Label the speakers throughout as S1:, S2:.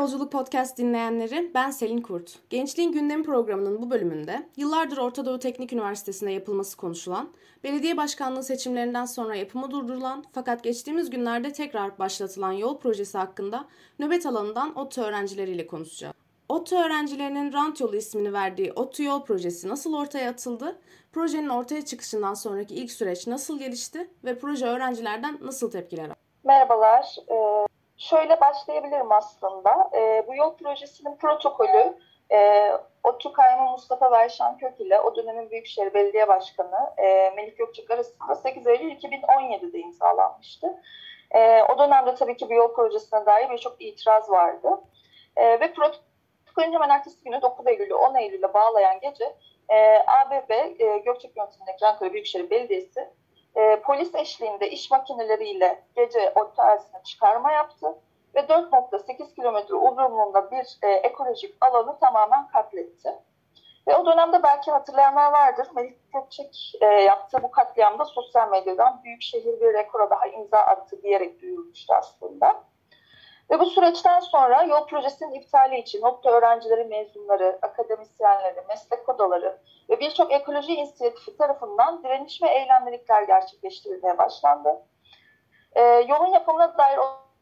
S1: Yolculuk Podcast dinleyenleri, ben Selin Kurt. Gençliğin Gündemi programının bu bölümünde yıllardır Orta Doğu Teknik Üniversitesi'nde yapılması konuşulan, belediye başkanlığı seçimlerinden sonra yapımı durdurulan fakat geçtiğimiz günlerde tekrar başlatılan yol projesi hakkında nöbet alanından ODTÜ öğrencileriyle konuşacağız. ODTÜ öğrencilerinin Rant Yolu ismini verdiği ODTÜ Yol projesi nasıl ortaya atıldı, projenin ortaya çıkışından sonraki ilk süreç nasıl gelişti ve proje öğrencilerden nasıl tepkiler aldı?
S2: Merhabalar. Şöyle başlayabilirim aslında. Bu yol projesinin protokolü ODTÜ Kayma Mustafa Verşan Kök ile o dönemin Büyükşehir Belediye Başkanı Melih Gökçek arasında 8 Eylül 2017'de imzalanmıştı. O dönemde tabii ki bu yol projesine dair birçok itiraz vardı. Ve protokolün hemen ertesi günü 9 Eylül'ü 10 Eylül'e bağlayan gece ABB Gökçek yönetimindeki Ankara Büyükşehir Belediyesi polis eşliğinde iş makineleriyle gece ODTÜ arazisine çıkarma yaptı ve 4,8 kilometre uzunluğunda bir ekolojik alanı tamamen katletti. Ve o dönemde belki hatırlayanlar vardır, Melih Gökçek yaptığı bu katliamda sosyal medyadan Büyükşehir bir rekora daha imza attı diyerek duyurmuştu aslında. Ve bu süreçten sonra yol projesinin iptali için ODTÜ öğrencileri, mezunları, akademisyenleri, meslek odaları ve birçok ekoloji inisiyatifi tarafından direniş ve eylemlilikler gerçekleştirilmeye başlandı. Yolun yapımına dair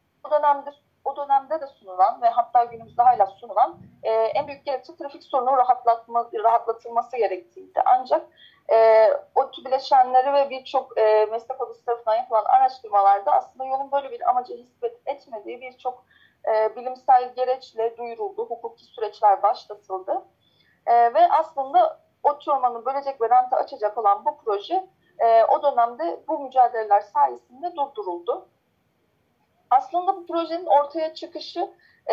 S2: o dönemde de sunulan ve hatta günümüzde hala sunulan en büyük gerekçe trafik sorunu rahatlatılması gerektiğiydi. Ancak ODTÜ bileşenleri ve birçok meslek odası tarafından yapılan araştırmalarda aslında yolun böyle bir amacı hizmet etmediği birçok bilimsel gereçle duyuruldu, hukuki süreçler başlatıldı. Ve aslında ODTÜ ormanını bölecek ve ranta açacak olan bu proje o dönemde bu mücadeleler sayesinde durduruldu. Aslında bu projenin ortaya çıkışı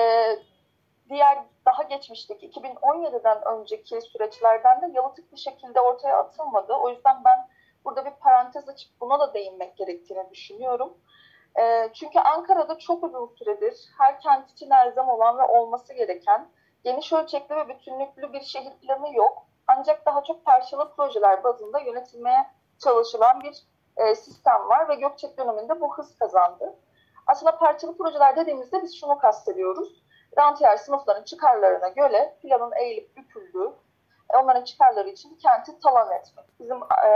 S2: diğer daha geçmişteki 2017'den önceki süreçlerden de yalıtık bir şekilde ortaya atılmadı. O yüzden ben burada bir parantez açıp buna da değinmek gerektiğini düşünüyorum. Çünkü Ankara'da çok uzun süredir her kent için elzem olan ve olması gereken geniş ölçekli ve bütünlüklü bir şehir planı yok. Ancak daha çok parçalı projeler bazında yönetilmeye çalışılan bir sistem var ve Gökçek döneminde bu hız kazandı. Aslında parçalı projeler dediğimizde biz şunu kastediyoruz. Rentier sınıfların çıkarlarına göre planın eğilip büküldüğü, onların çıkarları için kenti talan etmek. Bizim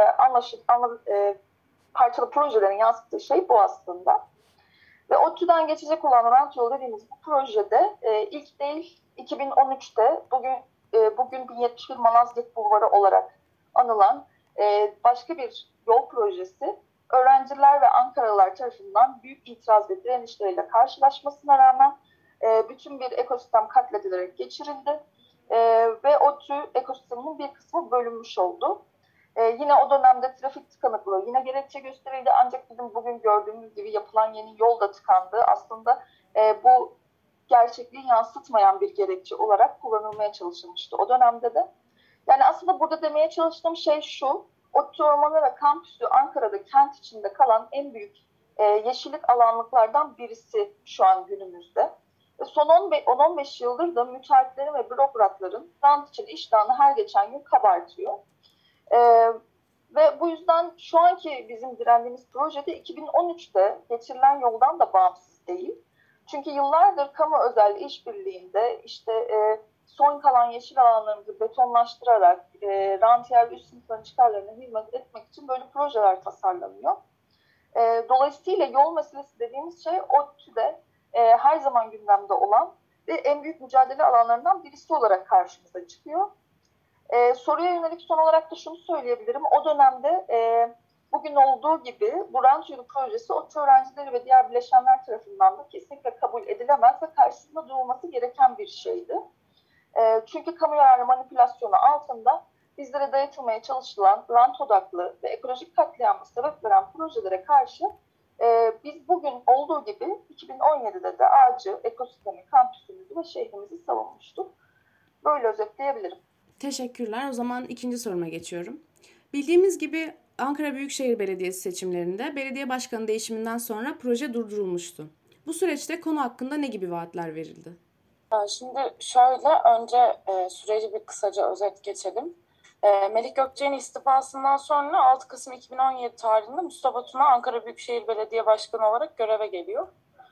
S2: parçalı projelerin yansıttığı şey bu aslında. Ve ODTÜ'den geçecek olan rant yolu dediğimiz bu projede ilk değil 2013'te bugün 1071 Malazgirt Bulvarı olarak anılan başka bir yol projesi öğrenciler ve Ankaralılar tarafından büyük itiraz ve direnişleriyle karşılaşmasına rağmen bütün bir ekosistem katledilerek geçirildi ve ODTÜ ekosisteminin bir kısmı bölünmüş oldu. Yine o dönemde trafik tıkanıklığı yine gerekçe gösterildi ancak bizim bugün gördüğümüz gibi yapılan yeni yol da tıkandı. Aslında bu gerçekliği yansıtmayan bir gerekçe olarak kullanılmaya çalışılmıştı o dönemde de. Yani aslında burada demeye çalıştığım şey şu, ODTÜ Ormanları Kampüsü Ankara'da kent içinde kalan en büyük yeşillik alanlıklardan birisi şu an günümüzde. Son 10-15 yıldır da müteahhitlerin ve bürokratların rant için iştahını her geçen gün kabartıyor. Ve bu yüzden şu anki bizim direndiğimiz projede 2013'te geçirilen yoldan da bağımsız değil. Çünkü yıllardır kamu özel işbirliğinde son kalan yeşil alanlarımızı betonlaştırarak rantiyer üst sınıfların çıkarlarına hizmet etmek için böyle projeler tasarlanıyor. Dolayısıyla yol meselesi dediğimiz şey ODTÜ'de her zaman gündemde olan ve en büyük mücadele alanlarından birisi olarak karşımıza çıkıyor. Soruya yönelik son olarak da şunu söyleyebilirim. O dönemde bugün olduğu gibi bu rant yolu projesi ODTÜ öğrencileri ve diğer bileşenler tarafından da kesinlikle kabul edilemez ve karşısında durulması gereken bir şeydi. Çünkü kamu yararı manipülasyonu altında bizlere dayatılmaya çalışılan rant odaklı ve ekolojik katliamı sebep veren projelere karşı biz bugün olduğu gibi 2017'de de ağacı, ekosistemi, kampüsümüzü ve şehrimizi savunmuştuk. Böyle özetleyebilirim.
S1: Teşekkürler. O zaman ikinci soruma geçiyorum. Bildiğimiz gibi Ankara Büyükşehir Belediyesi seçimlerinde belediye başkanı değişiminden sonra proje durdurulmuştu. Bu süreçte konu hakkında ne gibi vaatler verildi?
S3: Şimdi şöyle önce süreci bir kısaca özet geçelim. Melih Gökçek'in istifasından sonra 6 Kasım 2017 tarihinde Mustafa Tuna Ankara Büyükşehir Belediye Başkanı olarak göreve geliyor.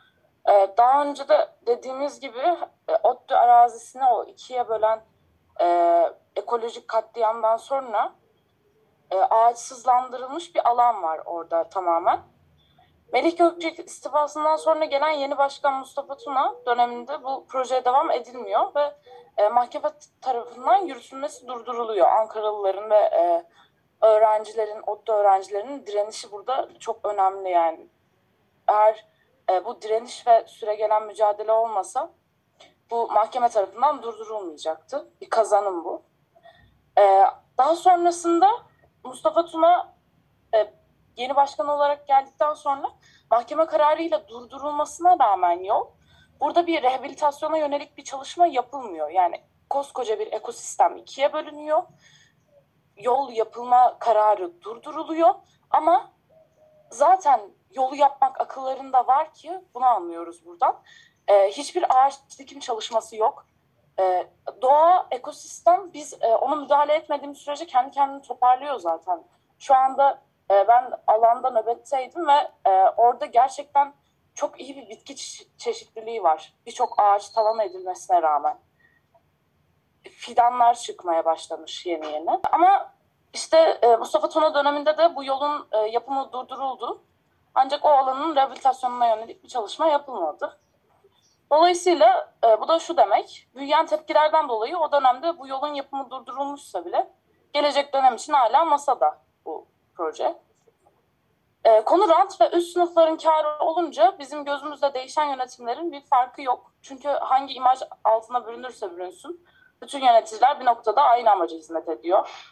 S3: Daha önce de dediğimiz gibi ODTÜ arazisini o ikiye bölen ekolojik katliamdan sonra ağaçsızlandırılmış bir alan var orada tamamen. Melih Gökçek istifasından sonra gelen yeni başkan Mustafa Tuna döneminde bu projeye devam edilmiyor ve mahkeme tarafından yürütülmesi durduruluyor. Ankaralıların ve öğrencilerin, ODTÜ öğrencilerinin direnişi burada çok önemli yani. Eğer bu direniş ve süregelen mücadele olmasa bu mahkeme tarafından durdurulmayacaktı. Bir kazanım bu. Daha sonrasında Mustafa Tuna yeni başkan olarak geldikten sonra mahkeme kararıyla durdurulmasına rağmen yol, burada bir rehabilitasyona yönelik bir çalışma yapılmıyor. Yani koskoca bir ekosistem ikiye bölünüyor. Yol yapılma kararı durduruluyor ama zaten yolu yapmak akıllarında var ki bunu anlıyoruz buradan. Hiçbir ağaç dikim çalışması yok. Doğa, ekosistem biz ona müdahale etmediğimiz sürece kendi kendini toparlıyor zaten. Şu anda ben alanda nöbetteydim ve orada gerçekten çok iyi bir bitki çeşitliliği var. Birçok ağaç talan edilmesine rağmen. Fidanlar çıkmaya başlamış yeni yeni. Ama işte Mustafa Tuna döneminde de bu yolun yapımı durduruldu. Ancak o alanın rehabilitasyonuna yönelik bir çalışma yapılmadı. Dolayısıyla bu da şu demek, büyüyen tepkilerden dolayı o dönemde bu yolun yapımı durdurulmuşsa bile gelecek dönem için hala masada bu proje. Konu rant ve üst sınıfların kârı olunca bizim gözümüzde değişen yönetimlerin bir farkı yok. Çünkü hangi imaj altına bürünürse bürünsün, bütün yöneticiler bir noktada aynı amaca hizmet ediyor.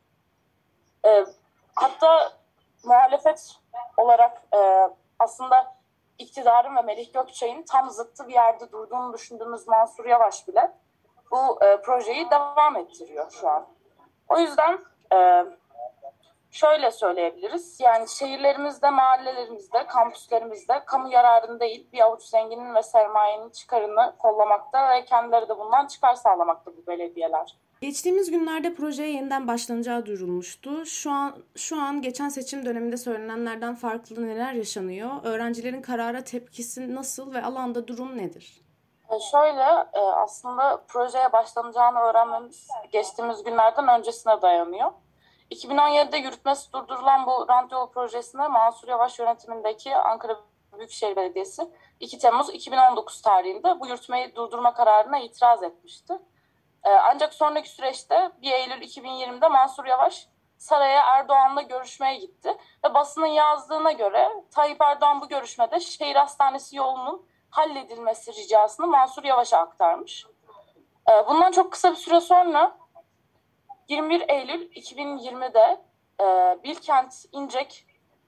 S3: Hatta muhalefet olarak aslında iktidarın ve Melih Gökçek'in tam zıttı bir yerde durduğunu düşündüğümüz Mansur Yavaş bile bu projeyi devam ettiriyor şu an. O yüzden şöyle söyleyebiliriz. Yani şehirlerimizde, mahallelerimizde, kampüslerimizde kamu yararını değil bir avuç zenginin ve sermayenin çıkarını kollamakta ve kendileri de bundan çıkar sağlamakta bu belediyeler.
S1: Geçtiğimiz günlerde projeye yeniden başlanacağı duyurulmuştu. Şu an geçen seçim döneminde söylenenlerden farklı neler yaşanıyor? Öğrencilerin karara tepkisi nasıl ve alanda durum nedir?
S3: Şöyle aslında projeye başlanacağını öğrenmemiz geçtiğimiz günlerden öncesine dayanıyor. 2017'de yürütmesi durdurulan bu rant yolu projesine Mansur Yavaş yönetimindeki Ankara Büyükşehir Belediyesi 2 Temmuz 2019 tarihinde bu yürütmeyi durdurma kararına itiraz etmişti. Ancak sonraki süreçte 1 Eylül 2020'de Mansur Yavaş saraya Erdoğan'la görüşmeye gitti. Ve basının yazdığına göre Tayyip Erdoğan bu görüşmede şehir hastanesi yolunun halledilmesi ricasını Mansur Yavaş'a aktarmış. Bundan çok kısa bir süre sonra 21 Eylül 2020'de Bilkent İncek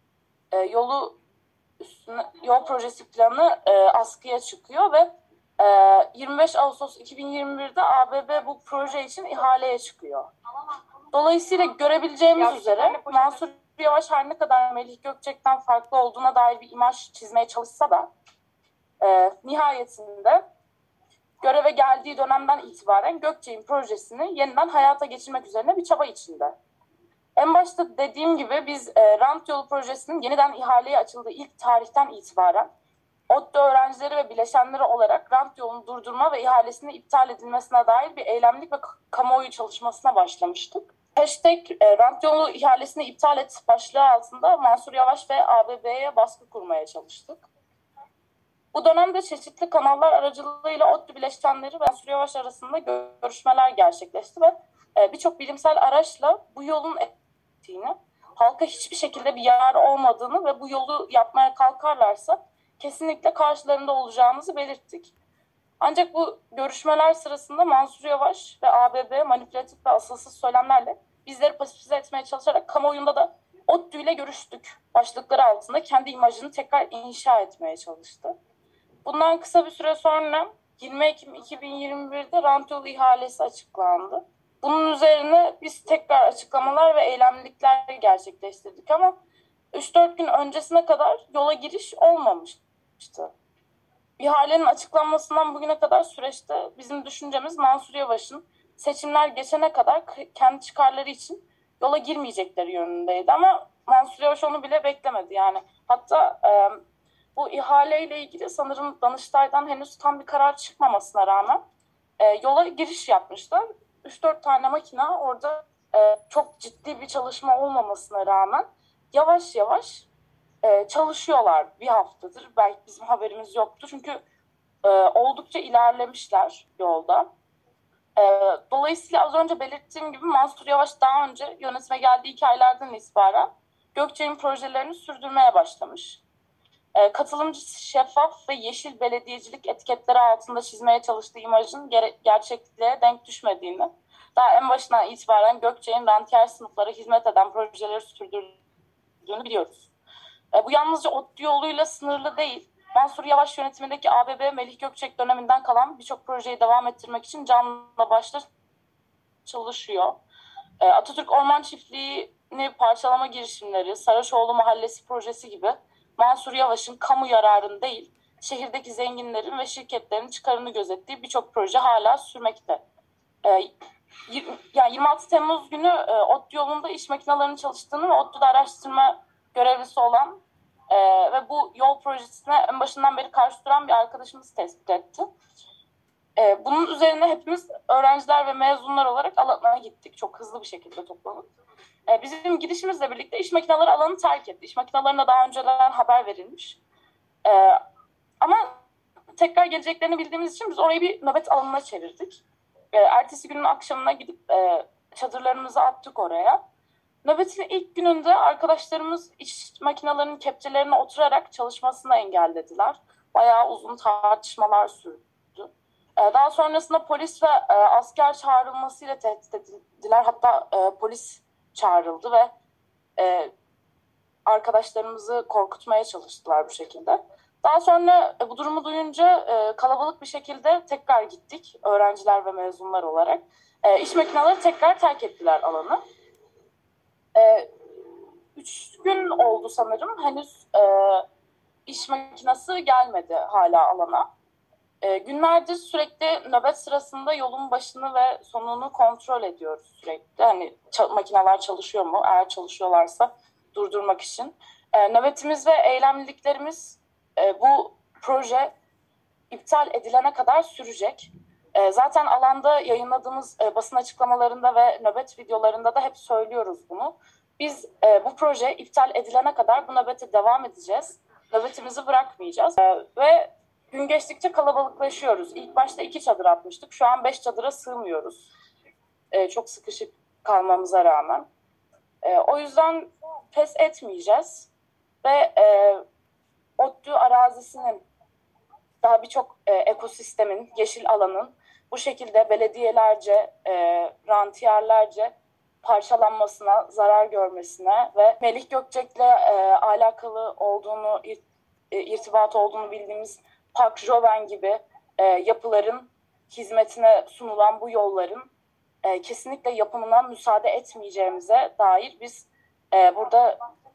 S3: yol projesi planı askıya çıkıyor ve 25 Ağustos 2021'de ABB bu proje için ihaleye çıkıyor. Dolayısıyla görebileceğimiz üzere Mansur Yavaş her ne kadar Melih Gökçek'ten farklı olduğuna dair bir imaj çizmeye çalışsa da nihayetinde göreve geldiği dönemden itibaren Gökçek'in projesini yeniden hayata geçirmek üzerine bir çaba içinde. En başta dediğim gibi biz rant yolu projesinin yeniden ihaleye açıldığı ilk tarihten itibaren ODTÜ öğrencileri ve bileşenleri olarak rant yolunu durdurma ve ihalesinin iptal edilmesine dair bir eylemlik ve kamuoyu çalışmasına başlamıştık. Hashtag rant yolu ihalesini iptal et başlığı altında Mansur Yavaş ve ABB'ye baskı kurmaya çalıştık. Bu dönemde çeşitli kanallar aracılığıyla ODTÜ bileşenleri ve Mansur Yavaş arasında görüşmeler gerçekleşti ve birçok bilimsel araçla bu yolun ettiğini, halka hiçbir şekilde bir yararı olmadığını ve bu yolu yapmaya kalkarlarsa kesinlikle karşılarında olacağımızı belirttik. Ancak bu görüşmeler sırasında Mansur Yavaş ve ABB manipülatif ve asılsız söylemlerle bizleri pasifize etmeye çalışarak kamuoyunda da ODTÜ ile görüştük başlıkları altında kendi imajını tekrar inşa etmeye çalıştı. Bundan kısa bir süre sonra 20 Ekim 2021'de rant yolu ihalesi açıklandı. Bunun üzerine biz tekrar açıklamalar ve eylemlilikler gerçekleştirdik ama 3-4 gün öncesine kadar yola giriş olmamıştı. İhalenin açıklanmasından bugüne kadar süreçte bizim düşüncemiz Mansur Yavaş'ın seçimler geçene kadar kendi çıkarları için yola girmeyecekleri yönündeydi ama Mansur Yavaş onu bile beklemedi yani. Hatta bu ihaleyle ilgili sanırım Danıştay'dan henüz tam bir karar çıkmamasına rağmen yola giriş yapmışlar. 3-4 tane makine orada çok ciddi bir çalışma olmamasına rağmen yavaş yavaş çalışıyorlar bir haftadır. Belki bizim haberimiz yoktu. Çünkü oldukça ilerlemişler yolda. Dolayısıyla az önce belirttiğim gibi Mansur Yavaş daha önce yönetime geldiği 2 aylardan itibaren Gökçe'nin projelerini sürdürmeye başlamış. Katılımcı, şeffaf ve yeşil belediyecilik etiketleri altında çizmeye çalıştığı imajın gerçekliğe denk düşmediğini, daha en başından itibaren Gökçe'nin rentiyer sınıflara hizmet eden projeleri sürdürdüğünü biliyoruz. Bu yalnızca ODTÜ yoluyla sınırlı değil. Mansur Yavaş yönetimindeki ABB, Melih Gökçek döneminden kalan birçok projeyi devam ettirmek için canla başla çalışıyor. Atatürk Orman Çiftliği'ni parçalama girişimleri, Saraçoğlu Mahallesi projesi gibi Mansur Yavaş'ın kamu yararını değil, şehirdeki zenginlerin ve şirketlerin çıkarını gözettiği birçok proje hala sürmekte. Yani 26 Temmuz günü ODTÜ yolunda iş makinelerinin çalıştığını ve ODTÜ'de araştırma görevlisi olan ve bu yol projesine en başından beri karşı duran bir arkadaşımız tespit etti. Bunun üzerine hepimiz öğrenciler ve mezunlar olarak alana gittik. Çok hızlı bir şekilde toplanıp. Bizim gidişimizle birlikte iş makineleri alanı terk etti. İş makinelerine daha önceden haber verilmiş. Ama tekrar geleceklerini bildiğimiz için biz orayı bir nöbet alanına çevirdik. Ertesi günün akşamına gidip çadırlarımızı attık oraya. Nöbetin ilk gününde arkadaşlarımız iş makinelerinin kepçelerine oturarak çalışmasını engellediler. Bayağı uzun tartışmalar sürdü. Daha sonrasında polis ve asker çağrılmasıyla tehdit edildiler. Hatta polis çağrıldı ve arkadaşlarımızı korkutmaya çalıştılar bu şekilde. Daha sonra bu durumu duyunca kalabalık bir şekilde tekrar gittik öğrenciler ve mezunlar olarak. İş makineleri tekrar terk ettiler alanı. 3 gün oldu sanırım. Henüz iş makinesi gelmedi hala alana. Günlerdir sürekli nöbet sırasında yolun başını ve sonunu kontrol ediyoruz sürekli. Hani makineler çalışıyor mu? Eğer çalışıyorlarsa durdurmak için. Nöbetimiz ve eylemliliklerimiz bu proje iptal edilene kadar sürecek. Zaten alanda yayınladığımız basın açıklamalarında ve nöbet videolarında da hep söylüyoruz bunu. Biz bu proje iptal edilene kadar bu nöbete devam edeceğiz. Nöbetimizi bırakmayacağız. Ve gün geçtikçe kalabalıklaşıyoruz. İlk başta 2 çadır atmıştık. Şu an 5 çadıra sığmıyoruz. Çok sıkışık kalmamıza rağmen. O yüzden pes etmeyeceğiz. Ve ODTÜ arazisinin daha birçok ekosistemin, yeşil alanın bu şekilde belediyelerce, rantiyerlerce parçalanmasına, zarar görmesine ve Melih Gökçek'le alakalı olduğunu, irtibat olduğunu bildiğimiz Park Joven gibi yapıların hizmetine sunulan bu yolların kesinlikle yapımına müsaade etmeyeceğimize dair biz burada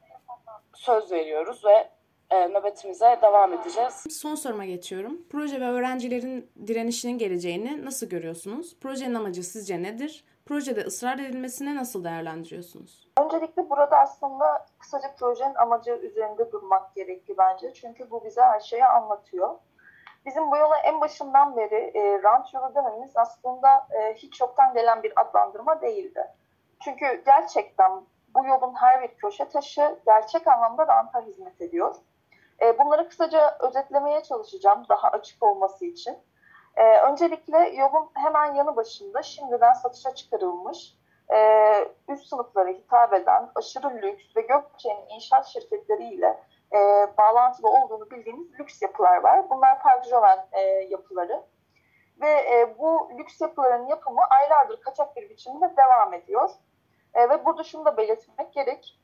S3: söz veriyoruz ve nöbetimize devam edeceğiz.
S1: Son soruma geçiyorum. Proje ve öğrencilerin direnişinin geleceğini nasıl görüyorsunuz? Projenin amacı sizce nedir? Projede ısrar edilmesini nasıl değerlendiriyorsunuz?
S2: Öncelikle burada aslında kısaca projenin amacı üzerinde durmak gerekli bence. Çünkü bu bize her şeyi anlatıyor. Bizim bu yola en başından beri rant yolu dememiz aslında hiç yoktan gelen bir adlandırma değildi. Çünkü gerçekten bu yolun her bir köşe taşı gerçek anlamda ranta hizmet ediyor. Bunları kısaca özetlemeye çalışacağım daha açık olması için. Öncelikle yolun hemen yanı başında şimdiden satışa çıkarılmış, üst sınıflara hitap eden aşırı lüks ve Gökçe'nin inşaat şirketleriyle bağlantılı olduğunu bildiğimiz lüks yapılar var. Bunlar Park Joven yapıları. Ve bu lüks yapıların yapımı aylardır kaçak bir biçimde devam ediyor. Ve burada şunu da belirtmek gerek.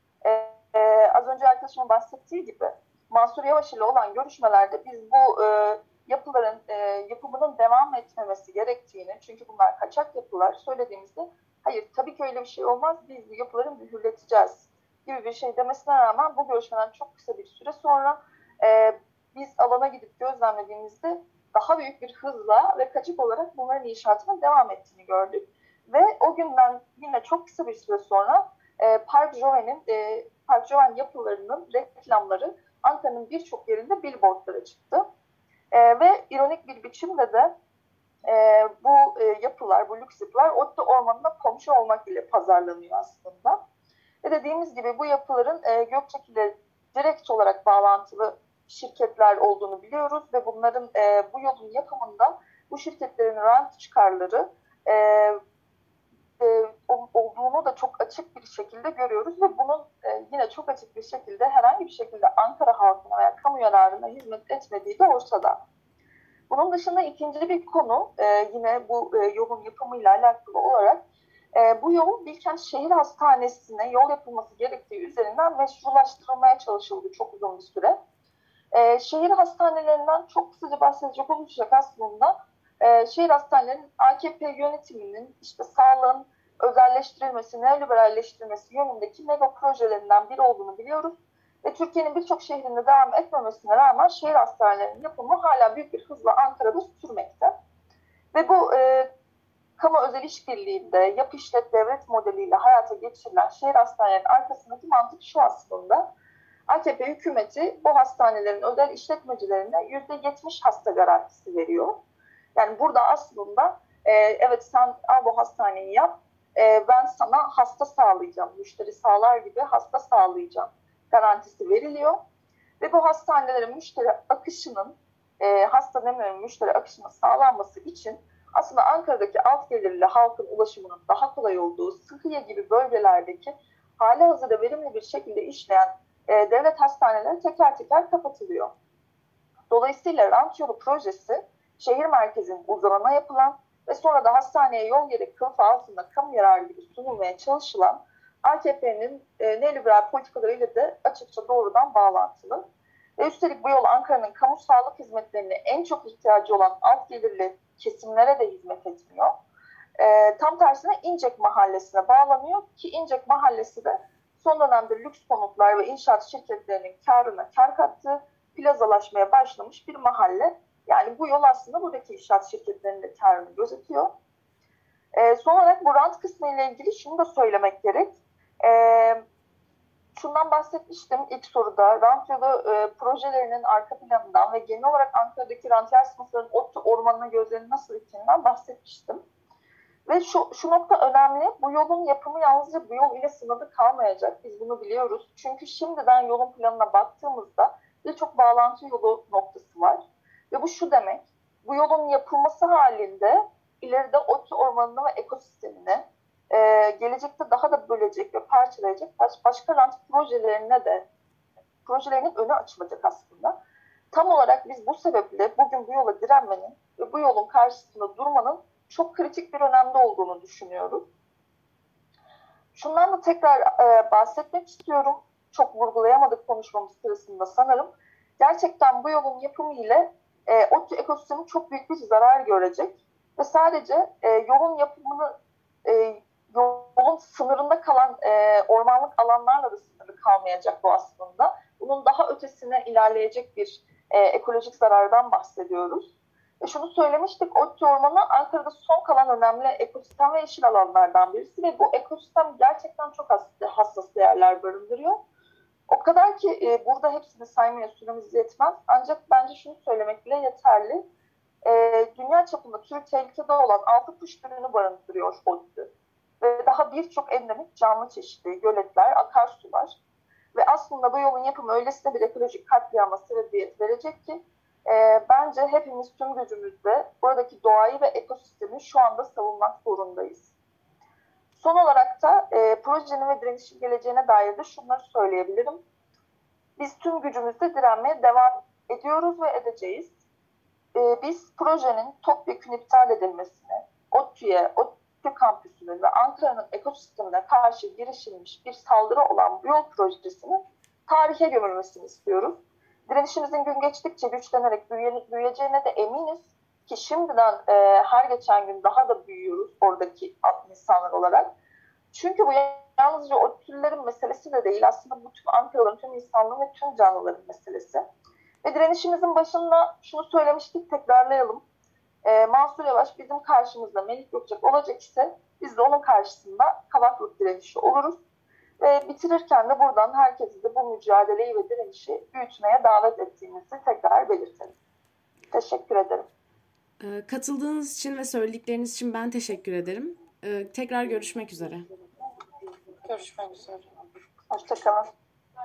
S2: Az önce arkadaşımın bahsettiği gibi Mansur Yavaş ile olan görüşmelerde biz bu yapıların yapımının devam etmemesi gerektiğini, çünkü bunlar kaçak yapılar söylediğimizde hayır tabii ki öyle bir şey olmaz, biz bu yapıları mühürleteceğiz gibi bir şey demesine rağmen bu görüşmeden çok kısa bir süre sonra biz alana gidip gözlemlediğimizde daha büyük bir hızla ve kaçak olarak bunların inşaatının devam ettiğini gördük. Ve o günden yine çok kısa bir süre sonra Park Joven yapılarının reklamları Ankara'nın birçok yerinde billboardlara çıktı. Ve ironik bir biçimde de bu yapılar, bu lüks yapılar ODTÜ Ormanı'na komşu olmak ile pazarlanıyor aslında. Ve dediğimiz gibi bu yapıların Gökçek ile direkt olarak bağlantılı şirketler olduğunu biliyoruz ve bunların bu yolun yapımında bu şirketlerin rant çıkarları olduğunu da çok açık bir şekilde görüyoruz ve bunun yine çok açık bir şekilde herhangi bir şekilde Ankara halkına veya kamu yararına hizmet etmediği de ortada. Bunun dışında ikinci bir konu yine bu yolun yapımıyla alakalı olarak bu yol Bilkent Şehir Hastanesi'ne yol yapılması gerektiği üzerinden meşrulaştırılmaya çalışıldı çok uzun bir süre. Şehir hastanelerinden çok kısaca bahsedecek olursak aslında şehir hastanelerinin AKP yönetiminin işte sağlığın özelleştirilmesi, neoliberalleştirilmesi yönündeki mega projelerinden biri olduğunu biliyoruz. Ve Türkiye'nin birçok şehrinde devam etmemesine rağmen şehir hastanelerinin yapımı hala büyük bir hızla Ankara'da sürmekte. Ve bu kamu özel işbirliğinde yap işlet devlet modeliyle hayata geçirilen şehir hastanelerinin arkasındaki mantık şu aslında. AKP hükümeti bu hastanelerin özel işletmecilerine %70 hasta garantisi veriyor. Yani burada aslında evet sen al bu hastaneyi yap, ben sana hasta sağlayacağım, müşteri sağlar gibi hasta sağlayacağım garantisi veriliyor. Ve bu hastanelerin müşteri akışının, hasta demiyorum müşteri akışının sağlanması için aslında Ankara'daki alt gelirli halkın ulaşımının daha kolay olduğu Sıhhiye gibi bölgelerdeki hali hazırda verimli bir şekilde işleyen devlet hastaneleri teker teker kapatılıyor. Dolayısıyla rant yolu projesi şehir merkezinin uzağına yapılan ve sonra da hastaneye yol yeri kılıfı altında kamu yararı gibi sunulmaya çalışılan AKP'nin neoliberal politikalarıyla da açıkça doğrudan bağlantılı. Ve üstelik bu yol Ankara'nın kamu sağlık hizmetlerine en çok ihtiyacı olan alt gelirli kesimlere de hizmet etmiyor. Tam tersine İncek Mahallesi'ne bağlanıyor ki İncek Mahallesi de son dönemde lüks konutlar ve inşaat şirketlerinin karına kar kattığı, plazalaşmaya başlamış bir mahalle. Yani bu yol aslında buradaki inşaat şirketlerinin de karını gözetiyor. Son olarak bu rant kısmı ile ilgili şunu da söylemek gerek. Şundan bahsetmiştim ilk soruda. Rant yolu projelerinin arka planından ve genel olarak Ankara'daki rantyer sınıfların ODTÜ ormanına gözlerini nasıl diktiğinden bahsetmiştim. Ve şu nokta önemli. Bu yolun yapımı yalnızca bu yol ile sınırlı kalmayacak. Biz bunu biliyoruz. Çünkü şimdiden yolun planına baktığımızda birçok bağlantı yolu noktası var. Ve bu şu demek. Bu yolun yapılması halinde ileride ODTÜ ormanını ve ekosistemini gelecekte daha da bölecek ve parçalayacak başka rant projelerinin önü açılacak aslında. Tam olarak biz bu sebeple bugün bu yola direnmenin ve bu yolun karşısında durmanın çok kritik bir önemde olduğunu düşünüyoruz. Şundan da tekrar bahsetmek istiyorum. Çok vurgulayamadık konuşmamız sırasında sanırım. Gerçekten bu yolun yapımı ile ODTÜ ekosistemi çok büyük bir zarar görecek. Ve sadece yolun yapımını, yolun sınırında kalan ormanlık alanlarla da sınırlı kalmayacak bu aslında. Bunun daha ötesine ilerleyecek bir ekolojik zarardan bahsediyoruz. Ve şunu söylemiştik, ODTÜ Ormanı Ankara'da son kalan önemli ekosistem ve yeşil alanlardan birisi ve bu ekosistem gerçekten çok hassas değerler barındırıyor. O kadar ki burada hepsini saymaya süremiz yetmez. Ancak bence şunu söylemek bile yeterli. Dünya çapında türü tehlikede olan 6 kuş türünü barındırıyor ODTÜ. Ve daha birçok endemik canlı çeşidi, göletler, akarsular. Ve aslında bu yolun yapımı öylesine bir ekolojik katliama sebebiyet verecek ki bence hepimiz tüm gücümüzle buradaki doğayı ve ekosistemi şu anda savunmak zorundayız. Son olarak da projenin ve direnişin geleceğine dair de şunları söyleyebilirim. Biz tüm gücümüzle direnmeye devam ediyoruz ve edeceğiz. Biz projenin topyekun iptal edilmesini, ODTÜ'ye, ODTÜ kampüsünün ve Ankara'nın ekosistemine karşı girişilmiş bir saldırı olan bu yol projesini tarihe gömülmesini istiyoruz. Direnişimizin gün geçtikçe güçlenerek büyüyeceğine de eminiz ki şimdiden her geçen gün daha da büyüyoruz oradaki insanlar olarak. Çünkü bu yalnızca ODTÜ'lülerin meselesi de değil, aslında bu tüm Ankaralıların, tüm insanlığın ve tüm canlıların meselesi. Ve direnişimizin başında şunu söylemiştik, tekrarlayalım. Mansur Yavaş bizim karşımızda Melik Gökçek olacak ise biz de onun karşısında Kavaklık direnişi oluruz. Ve bitirirken de buradan herkesi de bu mücadeleyi ve direnişi büyütmeye davet ettiğimizi tekrar belirtelim. Teşekkür ederim.
S1: Katıldığınız için ve söyledikleriniz için ben teşekkür ederim. Tekrar görüşmek üzere.
S3: Görüşmek üzere.
S2: Hoşça kalın.